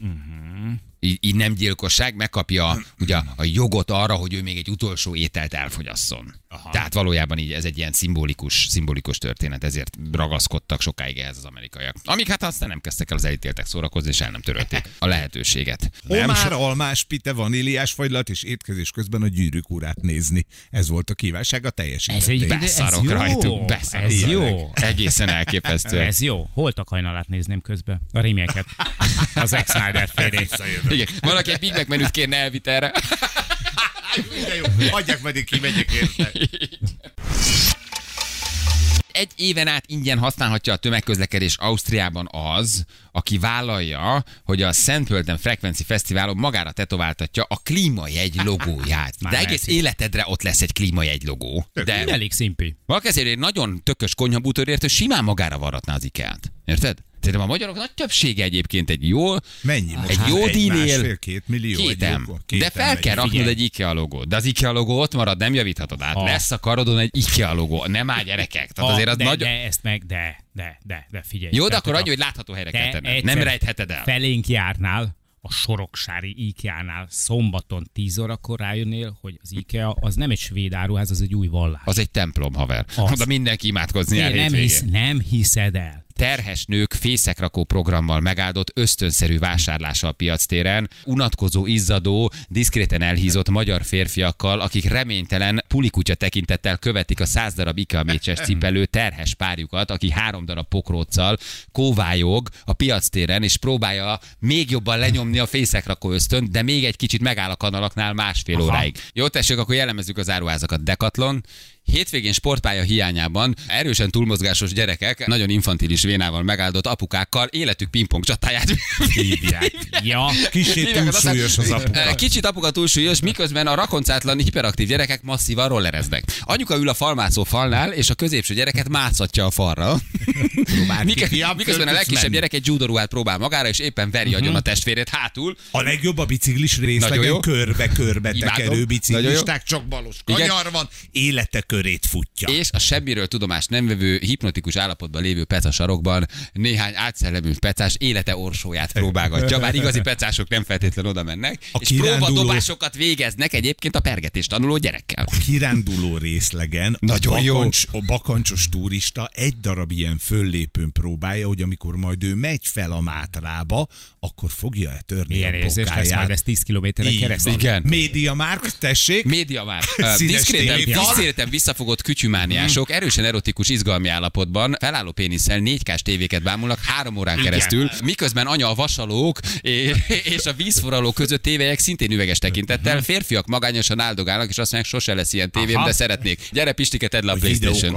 Így nem gyilkosság, megkapja ugye a jogot arra, hogy ő még egy utolsó ételt elfogyasszon. Aha. Tehát valójában így ez egy ilyen szimbolikus történet, ezért ragaszkodtak sokáig ehhez az amerikaiak. Amíg hát aztán nem kezdtek el az elítéltek szórakozni, és el nem törölték a lehetőséget. Homár, almás, pite, vaníliás fagylalt és étkezés közben a Gyűrűk urát nézni. Ez ez kívánsága Ez teljesítették. egy Beszarok ez jó. rajtuk, beszarok Ez rajtuk. jó. Egészen elképesztő. Ez jó. Holtak hajnalát nézném közben. A rímeket. Az Zack Snyder férét. Igen, valaki egy Big Mac menüt kérne elvitelre. De jó, hagyják majd, én kimegyek érte. Egy éven át ingyen használhatja a tömegközlekedés Ausztriában az, aki vállalja, hogy a Szentpölten Frekvenci Fesztiválon magára tetováltatja a klímajegy logóját. Már De egész látszik. életedre ott lesz egy klímajegy logó. De Elég szimpi. valaki ezért egy nagyon tökös konyhabútörért, hogy simán magára varratná az IKEA-t. Érted? Szerintem a magyarok nagy többsége egyébként egy jó, Mennyi most? egy jó díjnél 1,5-2 millió. kétem. Egy De fel kell raknod Figyelj. egy IKEA logót. De az IKEA logó ott marad, nem javíthatod át. Ha. Lesz a karodon egy IKEA logó. Nem áll gyerekek. Tehát azért az de, nagyon... de ezt meg, de figyelj. Jó, de Tehát akkor a- annyi, hogy látható helyre kell Te tenned. egyszer Nem rejtheted el. Felénk járnál, a Soroksári IKEA-nál szombaton 10 órakor rájönnél, hogy az IKEA az nem egy svéd áruház, az egy új vallás. Az egy templom, haver. Az. Oda mindenki imádkozni el nem, hétvégén. nem hiszed el. terhes nők fészekrakó programmal megáldott ösztönszerű vásárlása a piactéren, unatkozó, izzadó, diszkréten elhízott magyar férfiakkal, akik reménytelen pulikutya tekintettel követik a 100 darab IKEA mécses cipelő terhes párjukat, aki 3 darab pokróccal kóvályog a piactéren, és próbálja még jobban lenyomni a fészekrakó ösztönt, de még egy kicsit megáll a kanalaknál másfél óráig. Jó, tessék, akkor jellemezzük az áruházakat. Decathlon. Hétvégén sportpálya hiányában erősen túlmozgásos gyerekek nagyon infantilis vénával megáldott apukákkal életük pingpong csatáját Hívják. Ja. Kicsit túlsúlyos az apuka. Kicsit apuka túlsúlyos, miközben a rakoncátlan hiperaktív gyerekek masszívan rollereznek. Anyuka ül a falmászó falnál, és a középső gyereket mászatja a falra. Miközben a legkisebb gyerek egy judoruhát próbál magára, és éppen veri agyon a testvérét hátul. A legjobb a biciklis részlegen körbe-körbe tekerő biciklisták, csak balos kanyar van, élete körét futja. És a semmiről tudomást nem vevő, hipnotikus állapotban lévő peca sarokban néhány átszellemű pecás élete orsóját próbálgatja, bár igazi pecások nem feltétlenül oda mennek, és próbadobásokat végeznek egyébként a pergetést tanuló gyerekkel. A kiránduló részlegen a bakancsos turista egy darab ilyen föllépőn próbálja, hogy amikor majd ő megy fel a Mátrába, akkor fogja-e törni Milyen a érzés lesz bokáját. majd ez 10 kilométeren keresztül. Igen. MediaMarkt, tessék. MediaMarkt. Színes tévéfal. Diszkréten visszafogott kütyümániások erősen erotikus izgalmi állapotban felálló pénisszel 4K-s tévéket bámulnak 3 órán keresztül, miközben anya a vasalók és a vízforraló között tévelyek szintén üveges tekintettel, férfiak magányosan áldogálnak, és azt mondják, sose lesz ilyen tévém, de szeretnék. Gyere Pistike, tedd le a PlayStation.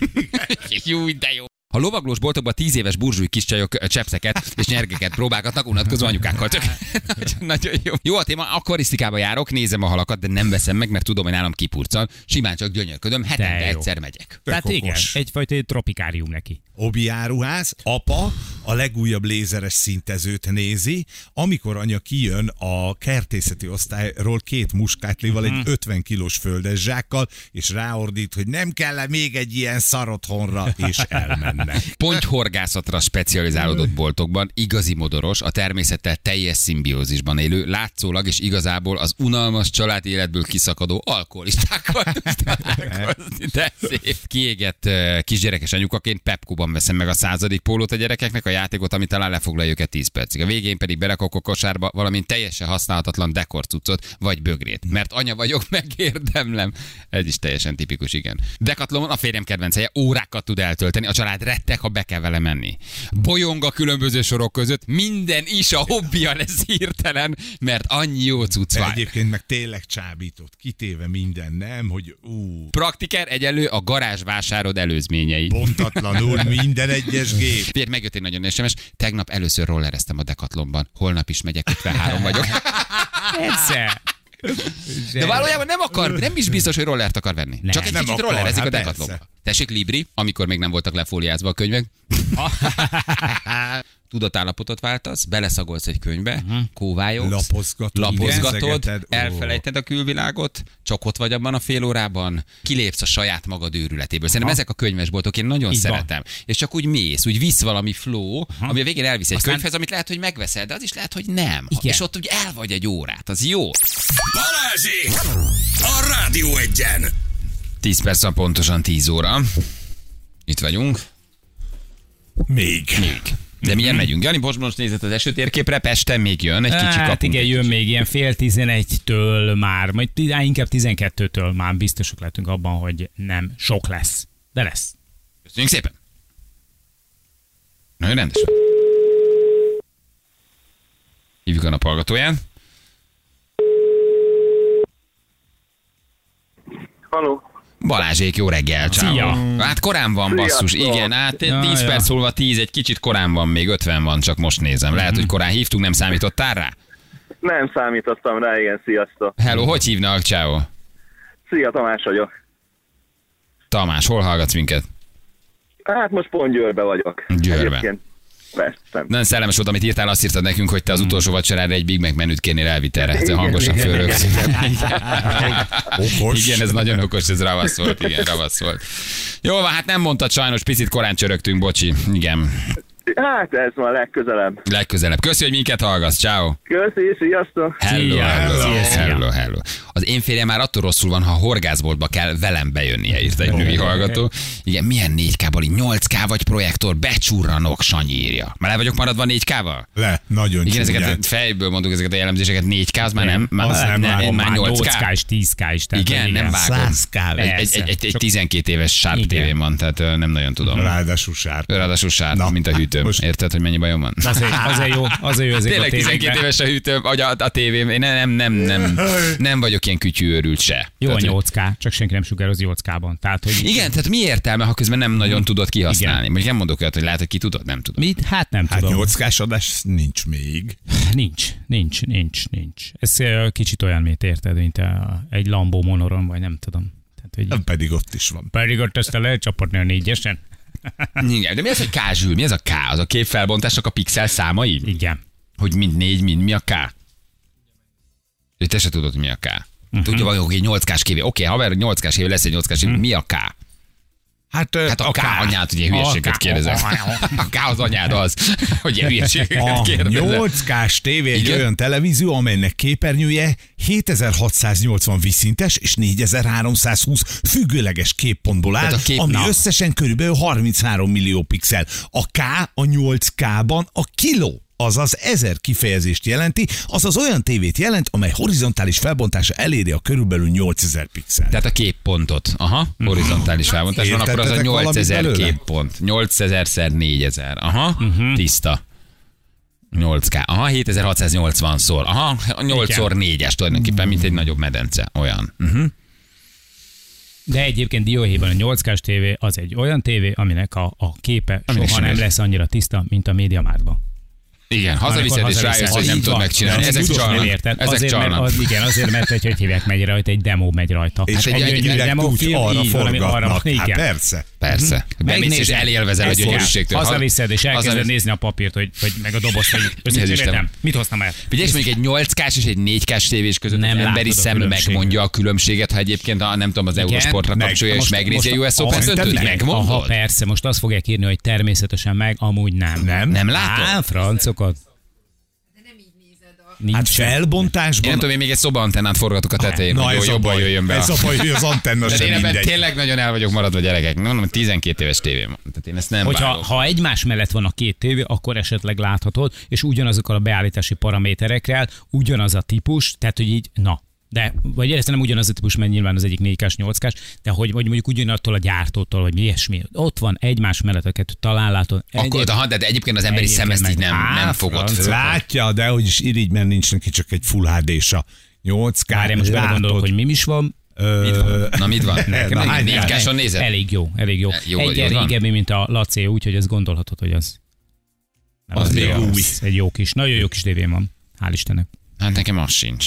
Jó, de jó. A lovaglós boltokban 10 éves burzsúj kis csajok csepszeket és nyergeket próbálgatnak unatkozó anyukákkal. Nagyon jó. Jó a téma, akvarisztikába járok, nézem a halakat, de nem veszem meg, mert tudom, hogy nálam kipurcan. Simán csak gyönyörködöm, hetente egyszer megyek. Tehát igen, egyfajta tropikárium neki. Obi áruház, apa a legújabb lézeres szintezőt nézi, amikor anya kijön a kertészeti osztályról 2 muskátlival, egy 50 kilós földes zsákkal, és ráordít, hogy nem kell még egy ilyen szar otthonra, és elmennek. Pontyhorgászatra specializálódott boltokban igazi modoros, a természettel teljes szimbiózisban élő, látszólag és igazából az unalmas családi életből kiszakadó alkoholistákkal találkozni. De szép. Kiégett kisgyerekes anyukaként Pepkóban veszem meg a 100. pólót a gyerekeknek, a játékot, ami talán lefoglalja őket 10 percig. A végén pedig berakok a kosárba valamint teljesen használhatatlan dekorcuccot vagy bögrét. Mert anya vagyok, megérdemlem. Ez is teljesen tipikus, igen. Decathlon a férjem kedvenceje, órákat tud eltölteni, a család rettek, ha be kell vele menni. Bolyong a különböző sorok között, minden is a hobbija lesz hirtelen, mert annyi jó cucc van. Egyébként meg tényleg csábított, kitéve minden, nem, hogy Praktiker egyenlő a garázsvásárod előzményei. Bontatlanul minden egyes gép. Figyelj, megjött egy nagyon SMS, tegnap először rollereztem a Decathlonban, holnap is megyek, 53 vagyok. Egyszer. De valójában nem is biztos, hogy rollert akar venni. Nem. Csak egy Nem kicsit akar, rollerezik hát a Decathlonba. persze. Tessék, Libri, amikor még nem voltak lefóliázva a könyvek. Tudatállapotot váltasz, beleszagolsz egy könyvbe, kóvályogsz, lapozgatod, nézegeted. elfelejted a külvilágot, csak ott vagy abban a fél órában, kilépsz a saját magad őrületéből. Szerintem ezek a könyvesboltok én nagyon Így van. szeretem. És csak úgy mész, úgy visz valami flow, ami a végén elvisz egy könyvhez, amit lehet, hogy megveszel, de az is lehet, hogy nem. Igen. És ott úgy el vagy egy órát, az jó. Balázsék! A Rádió Egyen! 10 perc van pontosan 10 óra. Itt vagyunk. Még. De milyen megyünk? Jani, most nézett az esőtérképre, Pesten még jön, egy kicsi kapunk. Hát igen, jön még ilyen fél 11-től már, majd inkább 12-től már biztosak lehetünk abban, hogy nem sok lesz. De lesz. Köszönjük szépen. Nagyon rendes. Hívjuk a naphallgatóján. Haló. Balázsék, jó reggel, ciao. Szia. Hát korán van, basszus, Sziasztok. igen, hát 10 perc múlva 10, egy kicsit korán van, még 50 van, csak most nézem. Lehet, hogy korán hívtunk, nem számítottál rá? Nem számítottam rá, igen, sziasztok. Hello, hogy hívnak, ciao? Szia, Tamás vagyok. Tamás, hol hallgatsz minket? Hát most pont Győrbe vagyok. Győrbe. Egyébként Pesten. Nagyon szellemes volt, amit írtál, azt írtad nekünk, hogy te az utolsó vacsorára egy Big Mac menüt kérnél elvitelre. Te hangosan fölrögsz. Okos. Igen, ez nagyon okos, ez ravasz volt, igen, ravasz volt. Jó, van, hát nem mondtad sajnos, picit korán csörögtünk, bocsi. Igen, Hát ez van legközelebb. legközelebb. Köszi, hogy minket hallgatsz, ciao. Köszi, sziasztok. Hello, Szia. hello, Szia, szia. hello, hello. Az Az én férjem már attól rosszul van, ha horgászboltba kell velem bejönnie, írta egy női hallgató. Igen, milyen 4K-ból, 8K vagy projektor, becsúrranok, Sanyi írja. Már le vagyok maradva 4K-val? Le, nagyon Igen, csúnyán. ezeket fejből mondjuk ezeket a jellemzéseket, 4K, az már nem, már 8K. 8K és 10K is. Tehát, Igen, nem vágom. 100K. Egy 12 éves Sharp tévém van, tehát nem nagyon tudom. Ráadásul sárp. Ráadásul sárp, Na, mint a hűtőm. most- Érted, hogy mennyi bajom van? Azért jó ezek a Tényleg 12 tévékben. éves a hűtőm, vagy a tévém. Én nem vagyok ilyen kütyű őrült se. Jó a Tehát, 8K, csak senki nem sugároz 8K-ban. Tehát, hogy igen, tehát mi értelme, ha közben nem nagyon tudod kihasználni? Mondjuk nem mondok olyat, hogy lehet, hogy ki tudod, nem tudom. mit? Hát nem Hát tudom. 8K-s adás nincs még. Nincs. Ez kicsit olyan, mint érted, mint egy Lambo monoron, vagy nem tudom. Tehát, hogy Pedig ott is van. pedig ott ezt lehet csapatni a 4-esen. Igen, de mi az, hogy K zsűl? Mi az a K? Az a képfelbontásnak a pixel számai? Igen. Hogy mind 4, mind mi a K? Te se tudod, hogy mi a K. Tudja, hogy egy 8K-s kévé. Oké, haver, 8K-s kévé lesz egy 8K-s kévé. Mi a K? Hát Hát a K anyád, ugye hülyeséget kérdezek. A K az anyád az, hogy ilyen hülyeséget a kérdezek. 8K-s tévé egy Igen? olyan televízió, amelynek képernyője 7680 vízszintes és 4320 függőleges képpontból áll, Tehát a ami na. összesen körülbelül 33 millió pixel. A K a 8K-ban a kiló, azaz 1000 kifejezést jelenti, azaz olyan tévét jelent, amely horizontális felbontása eléri a körülbelül 8000 pixel. Tehát a képpontot. Aha, horizontális felbontás van, akkor az a Értettetek valamit 8000 belőle? képpont. 8000x 4000. Aha, tiszta. 8K. Aha, 7680-szor. Aha, 8x4-es tulajdonképpen, mint egy nagyobb medence. Olyan. De egyébként dióhéjban a 8K-s tévé az egy olyan tévé, aminek a képe Aminek soha sem nem ér. lesz annyira tiszta, mint a médiamártban. Igen, hazaviszed és Amikor rájössz, hogy nem Így tudod van. megcsinálni. Ez Ezek tudod, nem csalnak. érted. Ezek Azért, mert csalnak. igen, azért, mert hogy hívják, megy rajta, egy demó megy rajta. És Hát egy direkt úgy demófilm, arra így van, ami forgatnak. igen. Hát persze. Persze. Bemész és elélvezel a gyönyörűségtől. Hazaviszed és elkezded Hazavisz- nézni a papírt, hogy meg a dobozt, hogy Istenem. összecséreltem. Mit hoztam el? Figyelj, és mondjuk egy 8K-s és egy 4K-s tévés között Nem az emberi látod a szem különbséget. megmondja a különbséget, ha egyébként nem tudom, az Eurosportra meg- kapcsolja és most- megnézi a most US Open szerintem döntőt, meg. megmondod? Aha, persze, most azt fogják írni, hogy természetesen meg, amúgy nem. Nem látod? Francokat. Nincs Hát Én felbontásban... nem tudom, én még egy szobaantennát forgatok a tetején, Na, hogy ez a jobban baj. jöjjön be. Ez a baj, hogy az antenna De sem én ebben mindegy. tényleg nagyon el vagyok maradva, gyerekek. Nem mondom, 12 éves tévém van. Tehát én ezt nem Hogyha vágok. ha egymás mellett van a két tévé, akkor esetleg láthatod, és ugyanazokkal a beállítási paraméterekkel, ugyanaz a típus, tehát hogy így, na. De, vagy ezt nem ugyanaz a típus, mert nyilván az egyik 4K-s, 8K-s, de hogy mondjuk ugyanattól a gyártótól, vagy mi ilyesmi. Ott van egymás mellett a kettő, talán látod. Akkor, de egyébként az emberi szem ezt így nem fogod. Látja, de hogy is irigy, mert nincs neki csak egy Full HD-sa. 8K, Várj, most belegondolok, hogy mi is van. Na mit van? Na, hány- 4K-son nézed? Elég jó. Jó, Egy jó van. régebbi, mint a Laci, úgyhogy ezt gondolhatod, hogy az. Nem Az még az új. Egy jó kis, nagyon jó kis tévém van. Hál' Istennek. Hát nekem az sincs.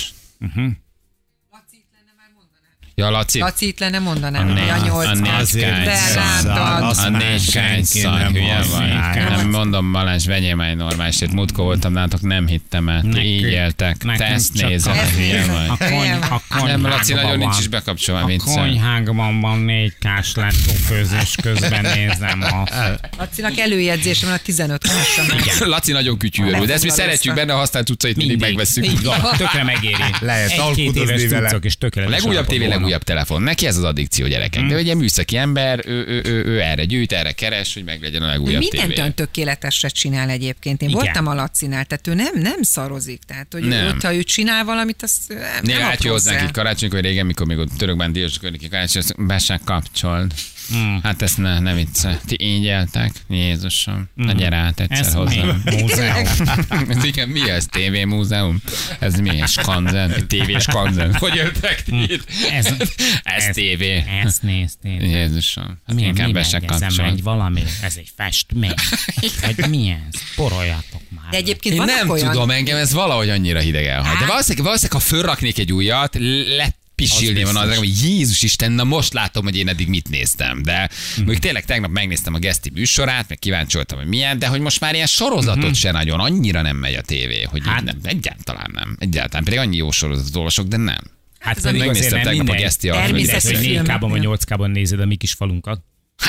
Ja, Laci. Laci itt lenne mondanám, A hogy a 8 4K-s Berántad. A 4K-s szar, hülye vagy. Nem mondom, Balázs, vegyél már egy normálisét. Múltkor voltam nálatok, nem hittem el. Ti így éltek. Te Nekem ezt csak nézed, a- hülye vagy. Nem, Laci, nagyon nincs is van. bekapcsolva, A viccel. konyhákban van 4K-s letófőzés, közben nézem a... Lacinak előjegyzése van a 15 kásra meg. Laci nagyon kütyűörül, de ezt mi szeretjük benne, a használt cuccait mindig megveszünk. Így van, tökre megéri. Lehet Egy-két alkudozni éves vele. cuccok és A tökéletes. legújabb tévé, állapotban legújabb telefon. Neki ez az addikció, gyerekek. De egy ilyen műszaki ember, ő erre gyűjt, erre keres, hogy meglegyen a legújabb Mindent tévé. olyan tökéletesre csinál egyébként. Én Igen. voltam a Lacinál, tehát ő nem szarozik. Tehát, hogy Nem. ott, ha ő csinál valamit, azt Néha nem átjó hozzánk aprózza. így karácsonykor, régen, mikor még ott törökben díjas környéki karácsony, be se kapcsold. Hát ezt ne vicce. Ti így éltek? Jézusom. Na gyere át egyszer Ez hozzám. mi? Múzeum. Ez igen, mi ez? TV múzeum? Ez mi? Skanzen? TV skanzen? Hogy éltek ti itt? Ez TV. Ezt néztél. Jézusom. Hát Mi inkább be megy se ezen kapcsold. megy valami? Ez egy festmény. Vagy mi ez? Poroljatok már. De egyébként Én vannak nem olyan... tudom, engem ez valahogy annyira hideg elhagy. De valószínűleg ha fölraknék egy újat, pisilni van az, hogy Jézus Isten, na most látom, hogy én eddig mit néztem. De még tényleg tegnap megnéztem a Geszti műsorát, meg kíváncsi voltam, hogy milyen, de hogy most már ilyen sorozatot se nagyon, annyira nem megy a tévé, hogy Hát- nem, egyáltalán nem. Egyáltalán, pedig annyi jó sorozatot olvasok, de nem. Hát Ez pedig azért megnéztem nem tegnap a mindegy. Geszti Elmészet, Alföldet. hogy filmeknél. 4K-ban vagy 8K-ban nézed a mi kis falunkat.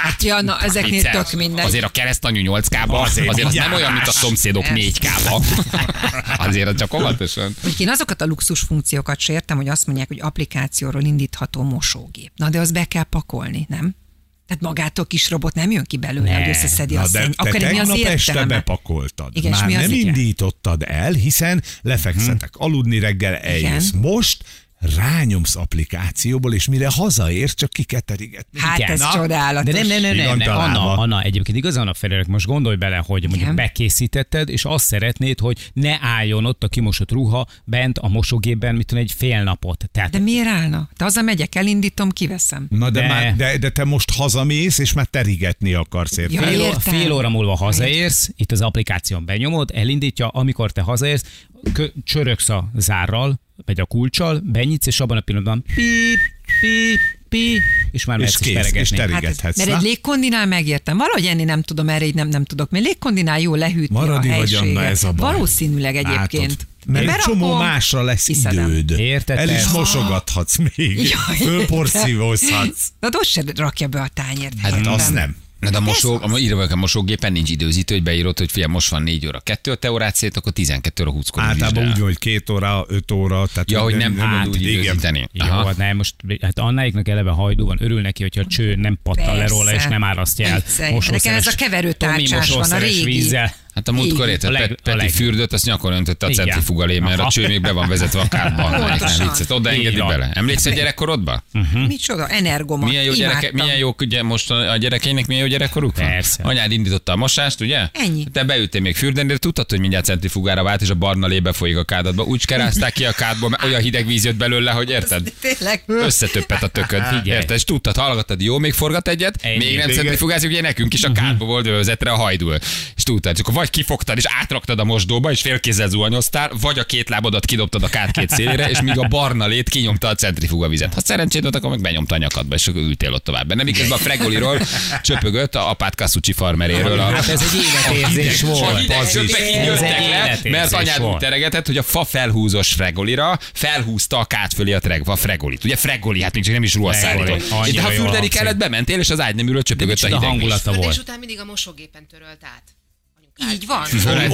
Ja, na, ezeknél Vicces. tök mindegy. Azért a keresztanyú 8K-ba, azért az nem olyan, mint a szomszédok 4K-ba. Azért az csak óvatosan. Mondjuk én azokat a luxus funkciókat se értem, hogy azt mondják, hogy applikációról indítható mosógép. Na de azt be kell pakolni, nem? Tehát magától kis robot nem jön ki belőle, hogy összeszedi Na, azt. de te Akkor mi az tegnap este értelme? bepakoltad. Igen, és Már mi az nem igen? indítottad el, hiszen lefekszetek aludni reggel, eljössz. Most rányomsz applikációból, és mire hazaérsz, csak ki kell terigetni. Hát Igen. ez Na, csodálatos. De nem. Ki van találva. Anna, egyébként igazán a Fererek, most gondolj bele, hogy mondjuk Igen. bekészítetted, és azt szeretnéd, hogy ne álljon ott a kimosott ruha bent a mosógépben, mit tudom, egy fél napot. Tehát De miért állna? Te hazamegyek, elindítom, kiveszem. Na De- de te most hazamész, és már terigetni akarsz érte. Ja, értem. fél óra múlva hazaérsz, itt az applikáción benyomod, elindítja, amikor te hazaérsz, csörögsz a zárral, vagy a kulccsal, benyitsz, és abban a pillanatban pip, és már És mehetsz is kész, és peregetni. terigethetsz. Mert egy légkondinál megértem. Valahogy enni nem tudom, erre így nem tudok. Mert légkondinál jó lehűtni Maradi a vagy, helységet. Anna, ez a baj. Valószínűleg egyébként. Látod? Mert egy Berakom, csomó másra lesz kiszedem. időd. Érted? El is Persze. mosogathatsz még. Jaj, Fölporszívózhatsz. Na, de azt se rakja be a tányért. Hát Értem. azt nem. Na de írva a mosógépen nincs időzítő, hogy beírod, hogy figyelj, most van 4 óra 2, te órát szét, akkor 12 óra 20-kor Általában úgy, hogy 2 óra, 5 óra. Tehát Ja, hogy nem tud úgy igen. időzíteni. Jó, Aha. hát nem, most hát Annáiknak eleve hajdú van, örül neki, hogyha a cső nem pattan le Persze. róla, és nem árasztja el. Viccelj. Nekem ez a keverőtárcsás van, a régi. Vízzel. Hát a múltkor érted, A Peti leg- fürdött, azt nyakon öntötte a Igen. centrifuga alé, mert a Aha. cső még be van vezetve a kádban. Pontosan. Oda Így engedi van. bele. Emlékszel gyerekkorodba? Micsoda, energomat. Milyen jó, ugye most a gyerekeinek milyen jó gyerekkoruk van? Persze. Anyád indította a mosást, ugye? Ennyi. Te beültél még fürdeni, de tudtad, hogy mindjárt centrifugára vált, és a barna lébe folyik a kádatba. Úgy kerázták ki a kádból, mert olyan hideg víz jött belőle, hogy érted? Tényleg. Összetöppet a tököd. Érted? És tudtad, hallgattad, jó, még forgat egyet, Ennyi. még nem Igen. centrifugázik, ugye nekünk is a kádba volt vezetre a hajdul. És tudtad, és akkor vagy kifogtad, és átraktad a mosdóba, és félkézzel zuhanyoztál, vagy a két lábadat kidobtad a kád két szélére, és míg a barna lét kinyomta a centrifuga vizet. Ha szerencséd volt, akkor meg benyomta a nyakadba, és akkor ültél ott tovább. Nem, miközben a Fregoliról csöpögött a apát Kasucsi farmeréről. Hát ez egy életérzés A volt. hideg csöppek így Ez jöttek egy le, életérzés mert anyád úgy volt. teregetett, hogy a fa felhúzós Fregolira felhúzta a kád fölé a Fregolit. Ugye Fregoli, hát még csak nem is ruhaszállító. Fregoli. De ha Annyira jól fürdeni hangzik. kellett, bementél, és az ágyneműről csöpögött a Micsoda hideg víz. hangulata De volt. délután mindig a mosógépen törölt át. Így van.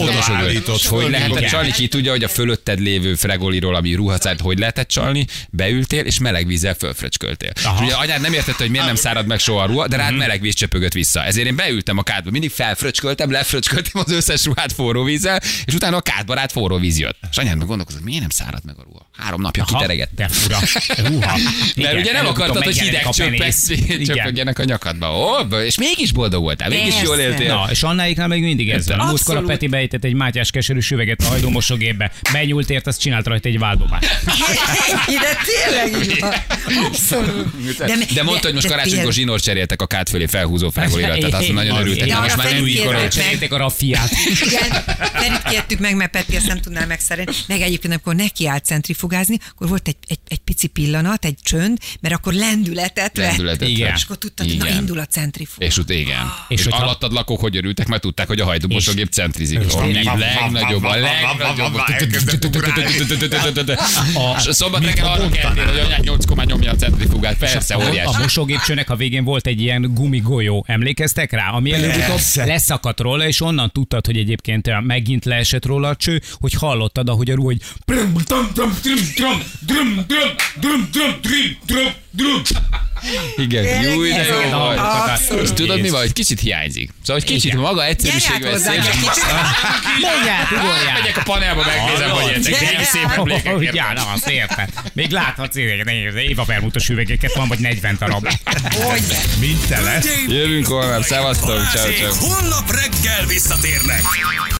Hogy lehetett Igen. csalni, ki tudja, hogy a fölötted lévő Fregoliról, ami ruhacát, hogy lehetett csalni, beültél, és meleg vízzel fölfröcsköltél. És ugye anyád nem értette, hogy miért nem szárad meg soha a ruha, de rád meleg víz csöpögött vissza. Ezért én beültem a kádba, mindig felfröcsköltem, lefröcsköltem az összes ruhát forró vízzel, és utána a kádba rád forró víz jött. És anyád meg gondolkozott, miért nem szárad meg a ruha? 3 napja kiteregett. De fura. Húha. Mert Igen, ugye nem előbb-utóbb akartad, hogy megjelenik hideg a penész. Igen. csöpögjenek a nyakadba. Ó, és mégis boldog voltál, mégis Persze. jól éltél. Na, és Annáiknál még mindig ez van. A múltkor a Abszolút. Peti beített egy mátyás keserű süveget a hajdómosógépbe. Benyúlt ért, azt csinált rajta egy váldobát. De tényleg így van. Abszolút. De mondta, hogy most karácsonykor tényleg. zsinór cseréltek a kád fölé felhúzó Fregolira, tehát azt nagyon örültek. De Na most arra már nem Feri új kérte, korol. hogy Cserélték a raffiát. Igen, Ferit kértük meg, mert Peti ezt nem tudná megszerelni. Meg egyébként, amikor neki állt centrifugázni, akkor volt egy pici pillanat, egy csönd, mert akkor lendületet vett. Igen. És akkor tudtad, hogy na Igen. indul a centrifuga. És ott igen. És hogyha- alattad lakók hogy örültek, mert tudták, hogy a hajdúmosógép centrizik. A legnagyobb, a legnagyobb. És szombat reggel arra keltél, hogy anyád 8-kor már nyomja a centrifugát. Persze, óriás. A mosógépcsőnek a végén volt egy ilyen gumigolyó. Emlékeztek rá? Ami előbb-utóbb Persze. leszakadt róla, és onnan tudtad, hogy egyébként megint leesett róla a cső, hogy hallottad, ahogy a ruha, hogy Igen, jó, de Ez jó a- volt. abszolút. És tudod mi van, hogy kicsit hiányzik. Szóval, hogy kicsit maga egyszerűség Gyere át hozzánk egy kicsit. Menját, ugorjál! Megyek a panelba megnézem, hogy ezek Gyere nem át. szép emlékek. Ugyan, azt érted. Még láthatsz Éva Permutos üvegeket van, vagy 40 darab. Mint te lesz. Jövünk holnap, szevasztok, ciao, ciao. Holnap reggel visszatérnek.